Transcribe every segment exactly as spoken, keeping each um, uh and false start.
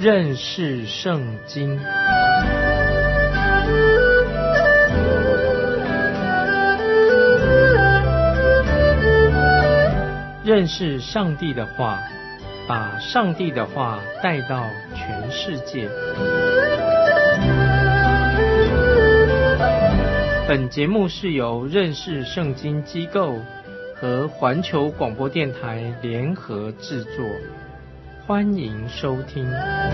认识圣经。认识上帝的话，把上帝的话带到全世界。本节目是由认识圣经机构和环球广播电台联合制作，欢迎收听。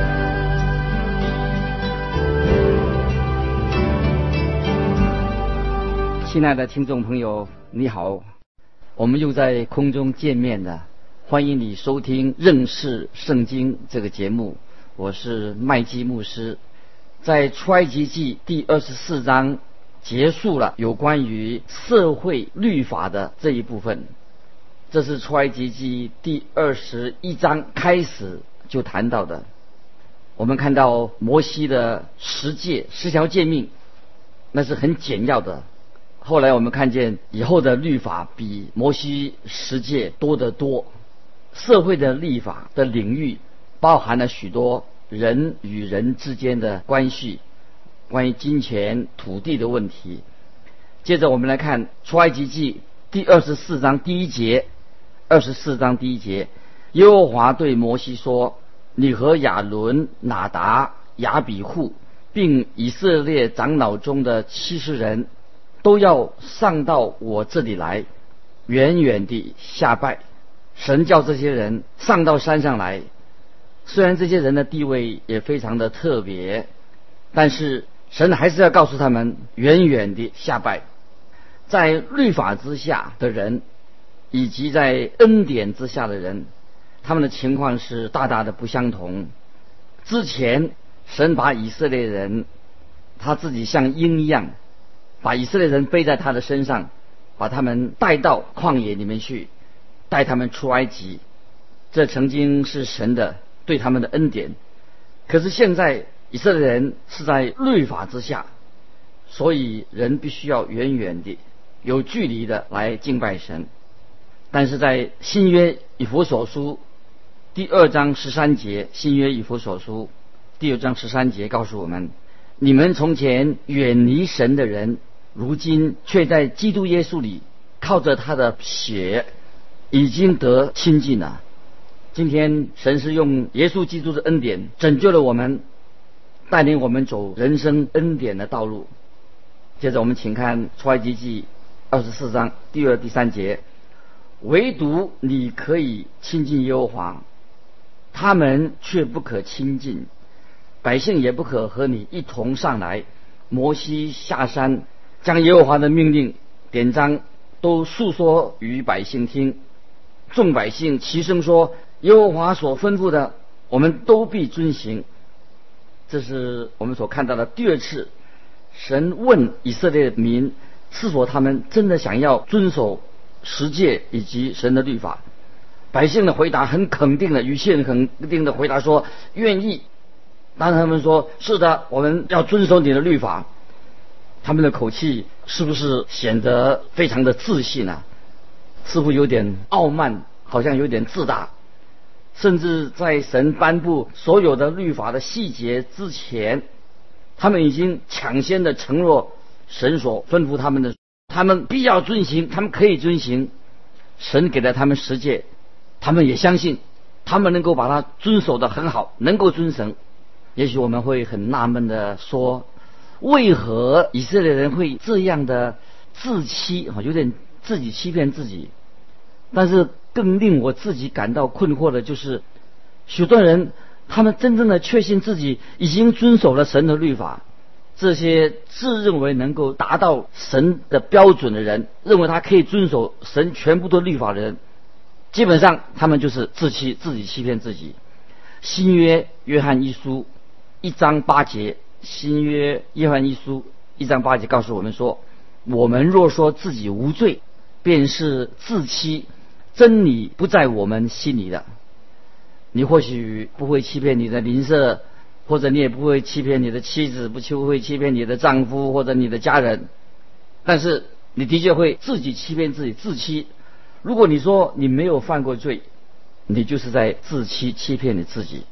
亲爱的听众朋友，你好，我们又在空中见面了。欢迎你收听认识圣经这个节目，我是麦基牧师。在出埃及记第二十四章结束了有关于社会律法的这一部分，这是出埃及记第二十一章开始就谈到的。我们看到摩西的十诫十条诫命，那是很简要的。后来我们看见以后的律法比摩西十诫多得多。社会的立法的领域包含了许多人与人之间的关系，关于金钱、土地的问题。接着我们来看出埃及记第二十四章第一节，二十四章第一节，耶和华对摩西说：你和亚伦、拿达、亚比户，并以色列长老中的七十人，都要上到我这里来，远远地下拜。神叫这些人上到山上来，虽然这些人的地位也非常的特别，但是神还是要告诉他们远远地下拜。在律法之下的人以及在恩典之下的人，他们的情况是大大的不相同。之前神把以色列人，他自己像鹰一样，把以色列人背在他的身上，把他们带到旷野里面去，带他们出埃及，这曾经是神的对他们的恩典。可是现在以色列人是在律法之下，所以人必须要远远的有距离的来敬拜神。但是在新约以弗所书第二章十三节，新约以弗所书第二章十三节告诉我们，你们从前远离神的人，如今却在基督耶稣里靠着他的血已经得亲近了。今天神是用耶稣基督的恩典拯救了我们，带领我们走人生恩典的道路。接着我们请看出埃及记二十四章第二第三节，唯独你可以亲近耶和华，他们却不可亲近，百姓也不可和你一同上来。摩西下山，将耶和华的命令典章都述说与百姓听。众百姓齐声说，耶和华所吩咐的我们都必遵行。这是我们所看到的第二次神问以色列民是否他们真的想要遵守十诫以及神的律法。百姓的回答很肯定的，语气很肯定的回答说愿意。当他们说是的，我们要遵守你的律法，他们的口气是不是显得非常的自信啊？似乎有点傲慢，好像有点自大。甚至在神颁布所有的律法的细节之前，他们已经抢先的承诺神所吩咐他们的，他们必要遵行，他们可以遵行。神给了他们十诫，他们也相信他们能够把它遵守得很好，能够遵守。也许我们会很纳闷的说，为何以色列人会这样的自欺，有点自己欺骗自己。但是更令我自己感到困惑的就是，许多人他们真正的确信自己已经遵守了神的律法。这些自认为能够达到神的标准的人，认为他可以遵守神全部的律法的人，基本上他们就是自欺，自己欺骗自己。新约约翰一书一章八节，新约约翰一书一章八节告诉我们说，我们若说自己无罪，便是自欺，真理不在我们心里的。你或许不会欺骗你的邻舍，或者你也不会欺骗你的妻子，不会欺骗你的丈夫或者你的家人，但是你的确会自己欺骗自己，自欺。如果你说你没有犯过罪，你就是在自欺欺骗你自己。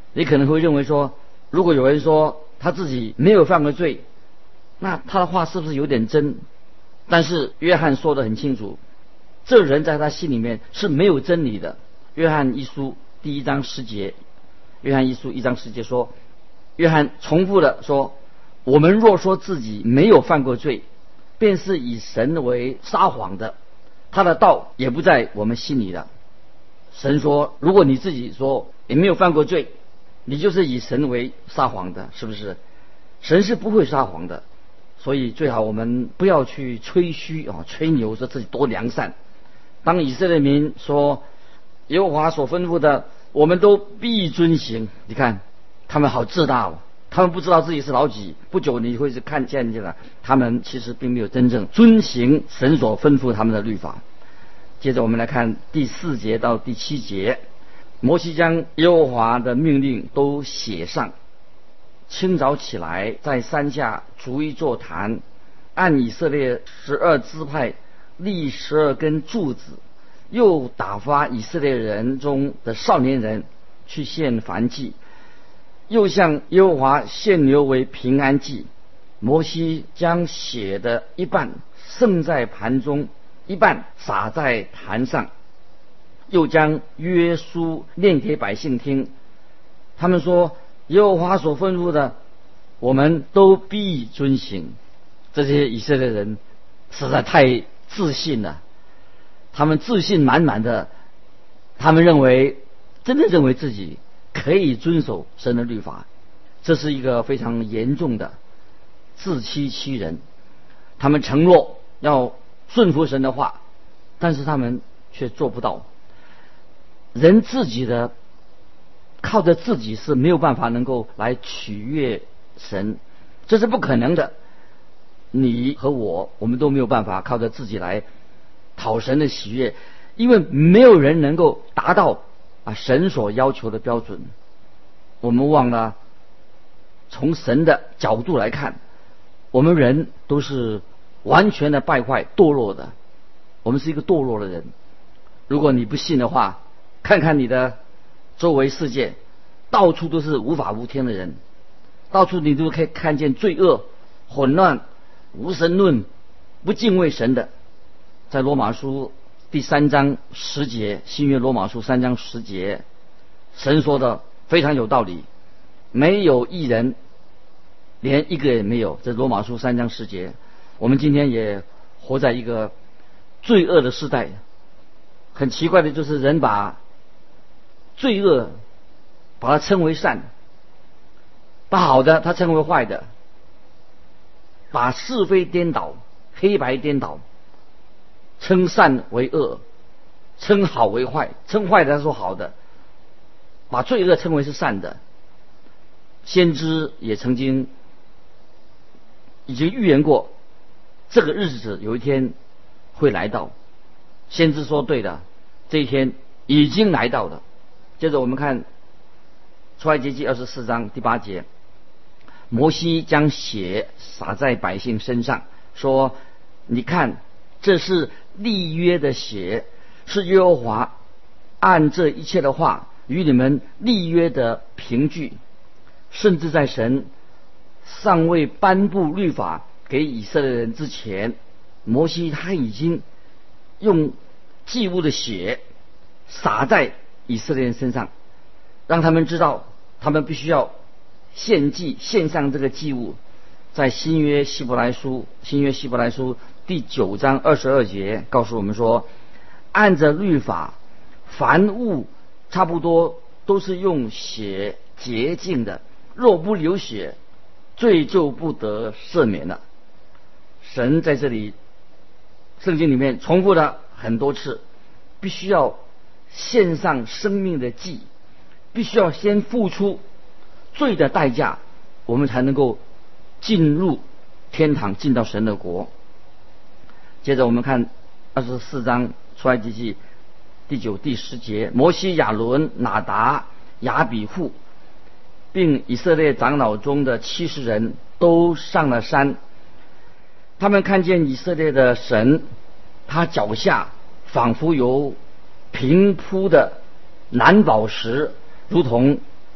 你可能会认为说，如果有人说他自己没有犯过罪，那他的话是不是有点真？但是约翰说得很清楚，这人在他心里面是没有真理的。约翰一书第一章十节，约翰一书一章十节说，约翰重复的说，我们若说自己没有犯过罪，便是以神为撒谎的，他的道也不在我们心里的。神说，如果你自己说也没有犯过罪，你就是以神为撒谎的，是不是？神是不会撒谎的，所以最好我们不要去吹嘘啊，吹牛说自己多良善。当以色列民说耶和华所吩咐的我们都必遵行，你看他们好自大哦，他们不知道自己是老几。不久你会是看见见了，他们其实并没有真正遵行神所吩咐他们的律法。接着我们来看第四节到第七节，摩西将耶和华的命令都写上，清早起来，在山下筑一座坛，按以色列十二支派立十二根柱子，又打发以色列人中的少年人去献燔祭，又向耶和华献牛为平安祭。摩西将血的一半盛在盘中，一半撒在坛上，又将约书念给百姓听。他们说，耶和华所吩咐的我们都必遵行。这些以色列人实在太自信了，他们自信满满的，他们认为真的认为自己可以遵守神的律法。这是一个非常严重的自欺欺人。他们承诺要顺服神的话，但是他们却做不到。人自己的靠着自己是没有办法能够来取悦神，这是不可能的。你和我，我们都没有办法靠着自己来讨神的喜悦，因为没有人能够达到啊神所要求的标准。我们忘了从神的角度来看，我们人都是完全的败坏堕落的，我们是一个堕落的人。如果你不信的话，看看你的周围世界，到处都是无法无天的人，到处你都可以看见罪恶、混乱、无神论、不敬畏神的。在罗马书第三章十节，新约罗马书三章十节，神说的非常有道理，没有一人，连一个也没有。这罗马书三章十节。我们今天也活在一个罪恶的时代，很奇怪的就是人把罪恶把它称为善，把好的它称为坏的，把是非颠倒、黑白颠倒，称善为恶，称好为坏，称坏的他说好的，把罪恶称为是善的。先知也曾经已经预言过，这个日子有一天会来到。先知说对的，这一天已经来到了。接着我们看出埃及记二十四章第八节，摩西将血洒在百姓身上，说，你看，这是立约的血，是耶和华按这一切的话与你们立约的凭据。甚至在神尚未颁布律法给以色列人之前，摩西他已经用祭物的血洒在以色列人身上，让他们知道他们必须要献祭，献上这个祭物。在新约希伯来书新约希伯来书第九章二十二节告诉我们说，按着律法，凡物差不多都是用血洁净的，若不流血，罪就不得赦免了。神在这里圣经里面重复了很多次，必须要献上生命的祭，必须要先付出罪的代价，我们才能够进入天堂，进到神的国。接着我们看二十四章出埃及记第九第十节，摩西、亚伦、拿达、亚比户并以色列长老中的七十人都上了山。他们看见以色列的神，他脚下仿佛有平铺的蓝宝石，如同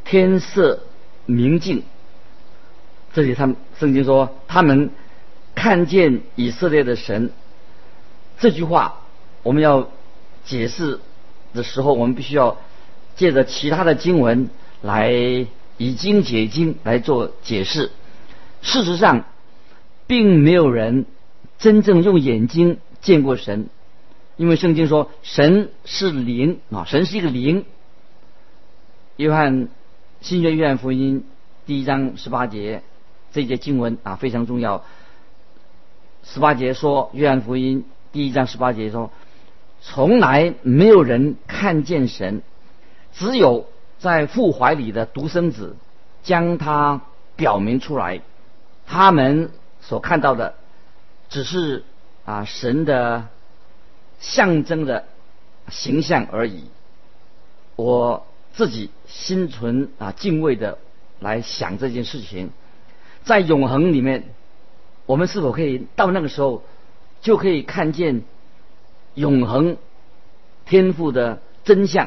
天色明净。这里他们圣经说他们看见以色列的神。这句话我们要解释的时候，我们必须要借着其他的经文来以经解经来做解释。事实上并没有人真正用眼睛见过神，因为圣经说神是灵啊，神是一个灵。约翰新约约翰福音第一章十八节，这一节经文啊非常重要。十八节说，约翰福音第一章十八节说，从来没有人看见神，只有在父怀里的独生子将他表明出来。他们所看到的只是啊神的象征的形象而已。我自己心存啊敬畏的来想这件事情，在永恒里面，我们是否可以到那个时候就可以看见永恒天父的真相？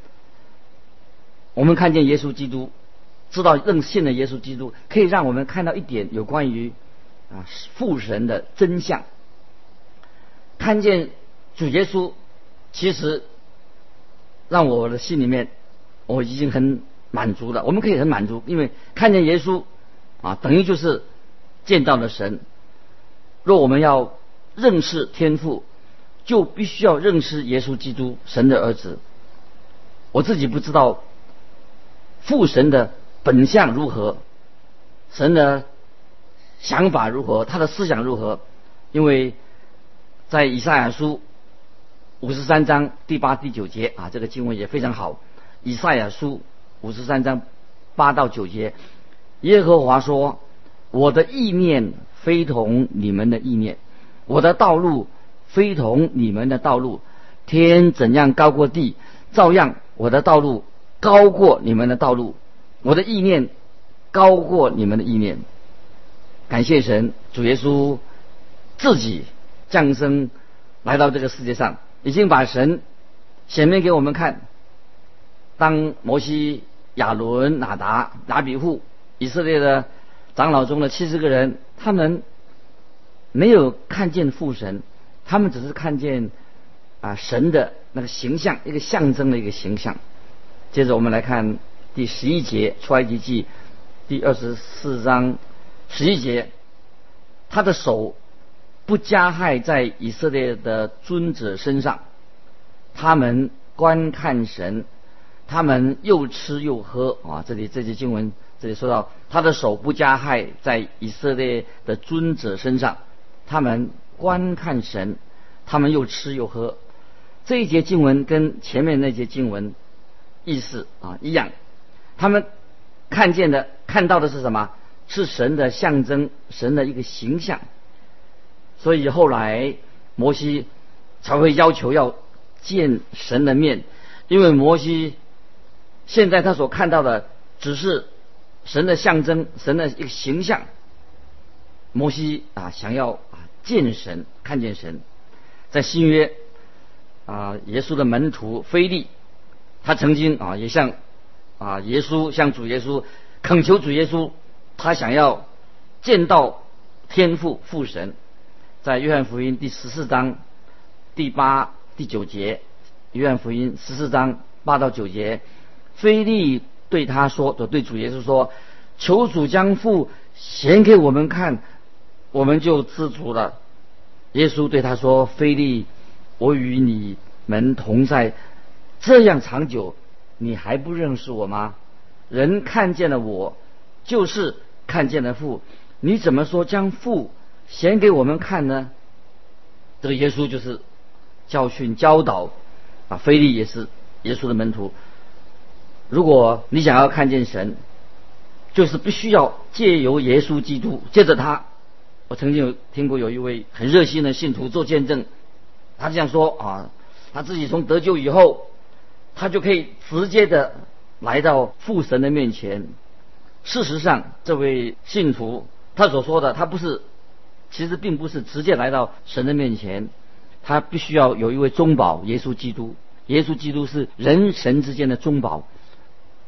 我们看见耶稣基督，知道认信的耶稣基督，可以让我们看到一点有关于啊父神的真相。看见主耶稣，其实让我的心里面我已经很满足了。我们可以很满足，因为看见耶稣啊，等于就是见到了神。若我们要认识天父，就必须要认识耶稣基督，神的儿子。我自己不知道父神的本相如何，神的想法如何，他的思想如何，因为在以赛亚书五十三章第八第九节啊，这个经文也非常好。以赛亚书五十三章八到九节，耶和华说，我的意念非同你们的意念，我的道路非同你们的道路。天怎样高过地，照样我的道路高过你们的道路，我的意念高过你们的意念。感谢神，主耶稣自己降生来到这个世界上，已经把神显明给我们看。当摩西、亚伦、拿达、拿比户以色列的长老中的七十个人，他们没有看见父神，他们只是看见啊神的那个形象，一个象征的一个形象。接着我们来看第十一节，出埃及记第二十四章十一节，他的手不加害在以色列的尊者身上，他们观看神，他们又吃又喝啊！这里这节经文这里说到，他的手不加害在以色列的尊者身上，他们观看神，他们又吃又喝。这一节经文跟前面那节经文意思啊一样，他们看见的看到的是什么？是神的象征，神的一个形象。所以后来摩西才会要求要见神的面，因为摩西现在他所看到的只是神的象征，神的一个形象。摩西啊想要啊见神，看见神。在新约啊耶稣的门徒腓利，他曾经啊也向啊耶稣向主耶稣恳求主耶稣，他想要见到天父父神。在约翰福音第十四章第八第九节，约翰福音十四章八到九节，腓利对他说，就对主耶稣说，求主将父显给我们看，我们就知足了。耶稣对他说，腓利，我与你们同在这样长久，你还不认识我吗？人看见了我，就是看见了父，你怎么说将父显给我们看呢？这个耶稣就是教训教导啊，腓利也是耶稣的门徒。如果你想要看见神，就是必须要借由耶稣基督，借着他。我曾经有听过有一位很热心的信徒做见证，他这样说啊，他自己从得救以后，他就可以直接的来到父神的面前。事实上，这位信徒他所说的，他不是，其实并不是直接来到神的面前，他必须要有一位中保，耶稣基督。耶稣基督是人神之间的中保。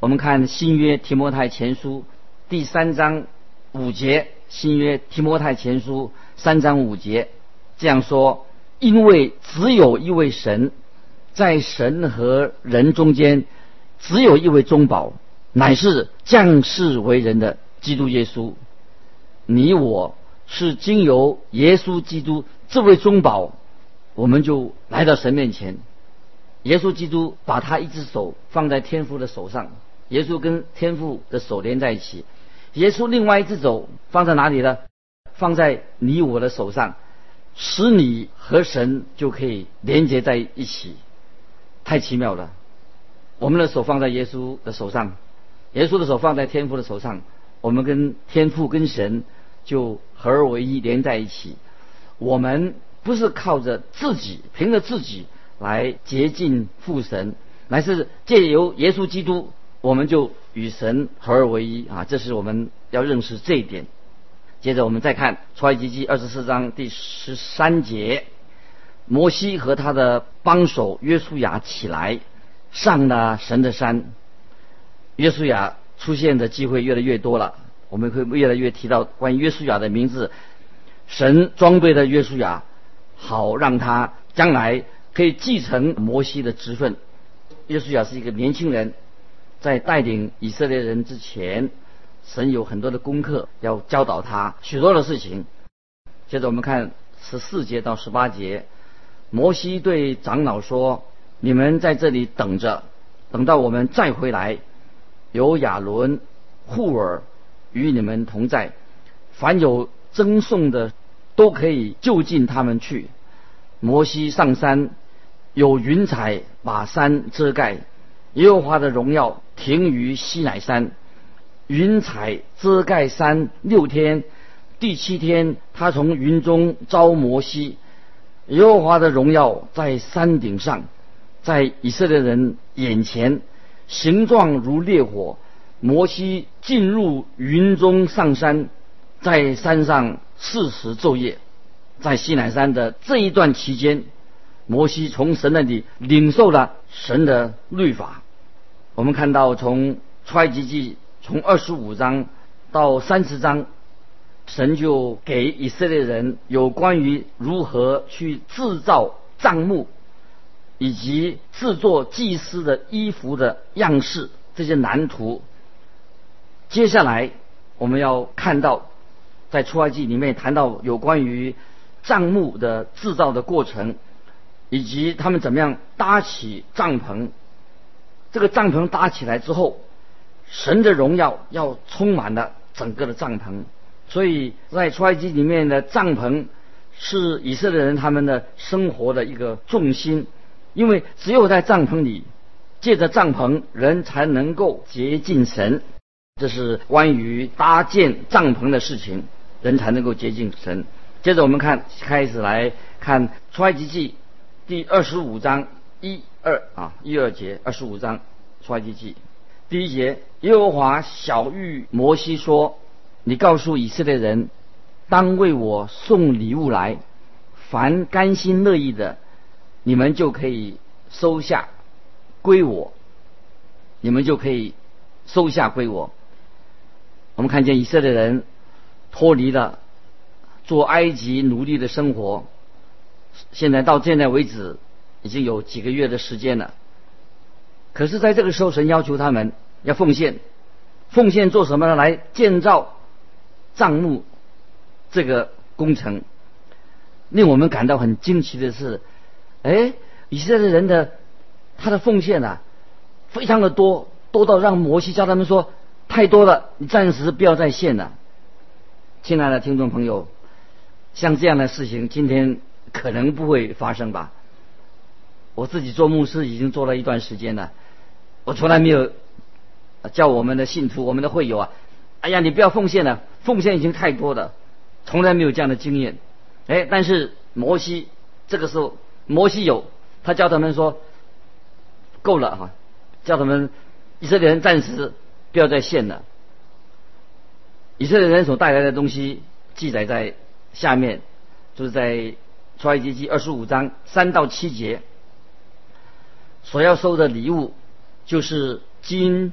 我们看新约提摩太前书第三章五节，新约提摩太前书三章五节这样说：因为只有一位神，在神和人中间只有一位中保，乃是降世为人的基督耶稣。你我是经由耶稣基督这位中保，我们就来到神面前。耶稣基督把他一只手放在天父的手上，耶稣跟天父的手连在一起。耶稣另外一只手放在哪里呢？放在你我的手上，使你和神就可以连接在一起。太奇妙了！我们的手放在耶稣的手上，耶稣的手放在天父的手上，我们跟天父跟神就合而为一，连在一起。我们不是靠着自己，凭着自己来接近父神，乃是借由耶稣基督，我们就与神合而为一啊！这是我们要认识这一点。接着我们再看出埃及记二十四章第十三节，摩西和他的帮手约书亚起来，上了神的山。约书亚出现的机会越来越多了，我们会越来越提到关于约书亚的名字。神装备了约书亚，好让他将来可以继承摩西的职分。约书亚是一个年轻人，在带领以色列人之前，神有很多的功课要教导他许多的事情。接着我们看十四节到十八节，摩西对长老说：你们在这里等着，等到我们再回来，有亚伦、户尔与你们同在，凡有赠送的都可以就近他们去。摩西上山，有云彩把山遮盖，耶和华的荣耀停于西乃山。云彩遮盖山六天，第七天他从云中召摩西，耶和华的荣耀在山顶上，在以色列人眼前，形状如烈火。摩西进入云中上山，在山上四十昼夜。在西乃山的这一段期间，摩西从神那里领受了神的律法。我们看到从出埃及记从二十五章到三十章，神就给以色列人有关于如何去制造帐幕，以及制作祭司的衣服的样式，这些蓝图。接下来我们要看到在出埃及里面谈到有关于帐幕的制造的过程，以及他们怎么样搭起帐篷。这个帐篷搭起来之后，神的荣耀要充满了整个的帐篷。所以在出埃及里面的帐篷是以色列人他们的生活的一个重心，因为只有在帐篷里，借着帐篷人才能够接近神。这是关于搭建帐篷的事情，人才能够接近神。接着我们看，开始来看出埃及记第二十五章一二啊一二节，二十五章出埃及记第一节，耶和华晓谕摩西说：你告诉以色列人，当为我送礼物来，凡甘心乐意的，你们就可以收下归我，你们就可以收下归我。我们看见以色列人脱离了做埃及奴隶的生活，现在到现在为止已经有几个月的时间了。可是在这个时候，神要求他们要奉献。奉献做什么呢？来建造帐幕这个工程。令我们感到很惊奇的是，哎，以色列人的他的奉献啊非常的多，多到让摩西叫他们说太多了，你暂时不要再献了。亲爱的听众朋友，像这样的事情今天可能不会发生吧。我自己做牧师已经做了一段时间了，我从来没有叫我们的信徒我们的会友啊，哎呀你不要奉献了，奉献已经太多了，从来没有这样的经验。哎，但是摩西这个时候摩西有，他叫他们说够了哈，叫他们以色列人暂时不要再献了。以色列人所带来的东西记载在下面，就是在出埃及记二十五章三到七节，所要收的礼物就是金、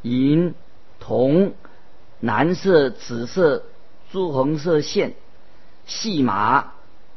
银、铜、蓝色、紫色、朱红色线、细麻、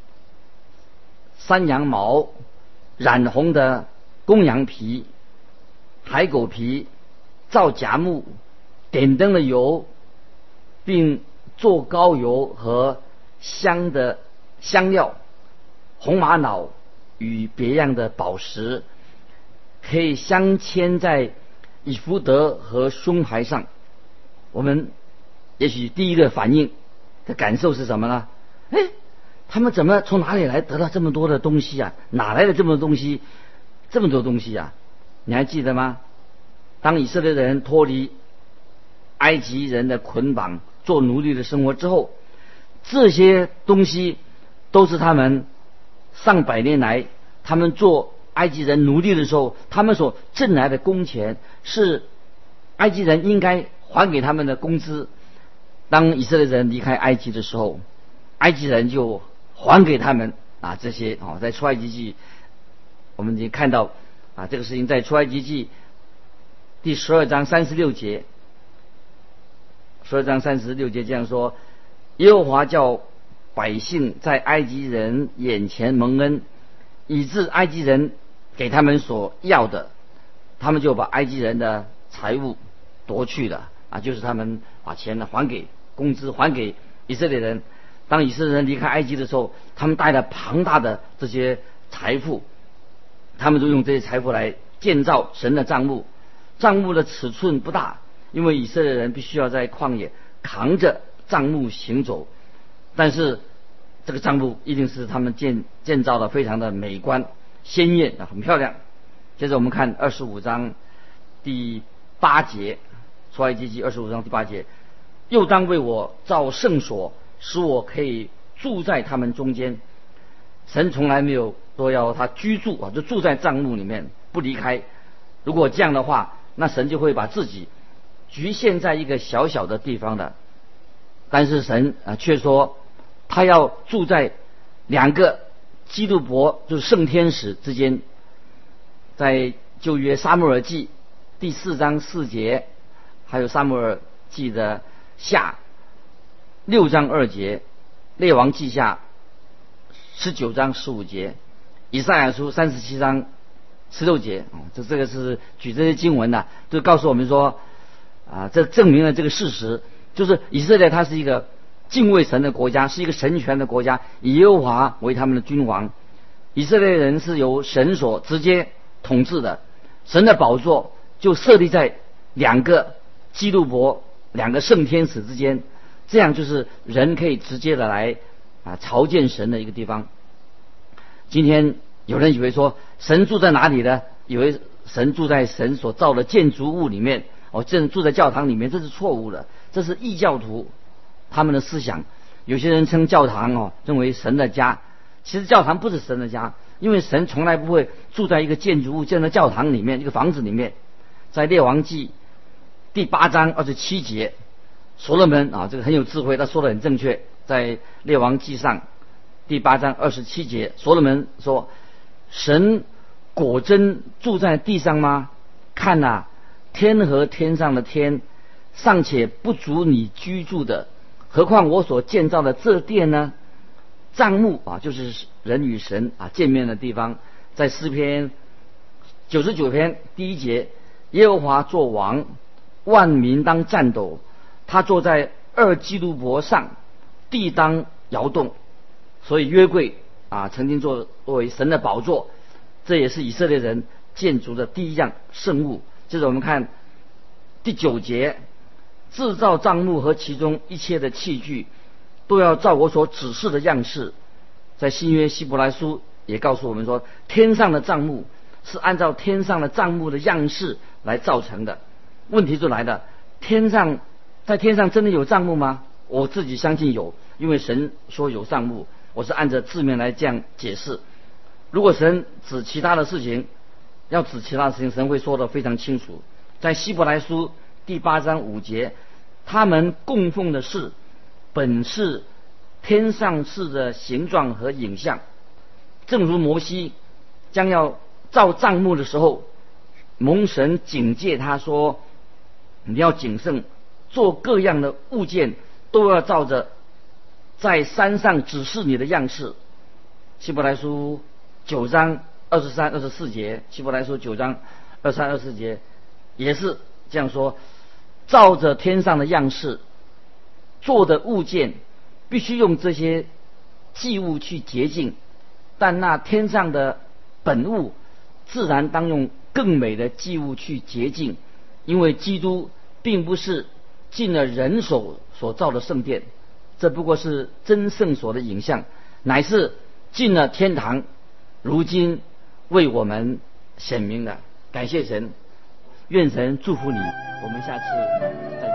山羊毛、染红的公羊皮、海狗皮、皂荚木、点灯的油，并做膏油和香的香料、红玛瑙与别样的宝石，可以镶嵌在以弗得和胸牌上。我们也许第一个反应的感受是什么呢？哎，他们怎么从哪里来得到这么多的东西啊？哪来的这么多东西？这么多东西啊？你还记得吗？当以色列人脱离埃及人的捆绑，做奴隶的生活之后，这些东西都是他们上百年来他们做埃及人奴隶的时候，他们所挣来的工钱，是埃及人应该还给他们的工资。当以色列人离开埃及的时候，埃及人就还给他们啊这些哦，在出埃及记我们已经看到啊这个事情，在出埃及记第十二章三十六节，十二章三十六节这样说：耶和华叫百姓在埃及人眼前蒙恩，以致埃及人给他们所要的，他们就把埃及人的财物夺去了啊，就是他们把钱呢还给工资还给以色列人。当以色列人离开埃及的时候，他们带了庞大的这些财富，他们就用这些财富来建造神的帐幕。帐幕的尺寸不大，因为以色列人必须要在旷野扛着帐幕行走，但是这个帐幕一定是他们建建造的非常的美观鲜艳啊，很漂亮。接着我们看二十五章第八节，出埃及记二十五章第八节，又当为我造圣所，使我可以住在他们中间。神从来没有说要他居住啊，就住在帐幕里面不离开。如果这样的话，那神就会把自己局限在一个小小的地方的。但是神啊却说他要住在两个基路伯，就是圣天使之间。在旧约撒母耳记第四章四节，还有撒母耳记的下六章二节，列王记下十九章十五节，以赛亚书三十七章十六节。哦，这这个是举这些经文呢、啊，就告诉我们说啊，这证明了这个事实，就是以色列它是一个敬畏神的国家，是一个神权的国家，以耶和华为他们的君王。以色列人是由神所直接统治的，神的宝座就设立在两个基路伯、两个圣天使之间，这样就是人可以直接的来啊朝见神的一个地方。今天有人以为说神住在哪里呢？以为神住在神所造的建筑物里面，哦，正住在教堂里面，这是错误的，这是异教徒他们的思想。有些人称教堂哦，认为神的家，其实教堂不是神的家，因为神从来不会住在一个建筑物，建在教堂里面，一个房子里面。在列王记第八章二十七节，所罗门啊，这个很有智慧，他说的很正确。在列王记上第八章二十七节，所罗门说：神果真住在地上吗？看啊，天和天上的天尚且不足你居住的，何况我所建造的这殿呢？帐幕啊，就是人与神啊见面的地方。在诗篇九十九篇第一节，耶和华作王，万民当战斗，他坐在二基路伯上，地当摇动。所以约柜啊曾经作为神的宝座，这也是以色列人建筑的第一样圣物。接着我们看第九节，制造帐幕和其中一切的器具都要照我所指示的样式。在新约希伯来书也告诉我们说，天上的帐幕是按照天上的帐幕的样式来造成的。问题就来了，天上在天上真的有帐幕吗？我自己相信有，因为神说有帐幕，我是按照字面来这样解释。如果神指其他的事情，要指其他的事情，神会说得非常清楚。在希伯来书第八章五节，他们供奉的是本是天上事的形状和影像，正如摩西将要造帐幕的时候，蒙神警戒他说， 你要谨慎，做各样的物件都要照着在山上指示你的样式。希伯来书九章二十三、二十四节，希伯来书九章二三、二四节也是这样说：照着天上的样式做的物件，必须用这些祭物去洁净，但那天上的本物自然当用更美的祭物去洁净，因为基督并不是进了人手所造的圣殿，这不过是真圣所的影像，乃是进了天堂，如今为我们显明了。感谢神，愿神祝福你，我们下次再见。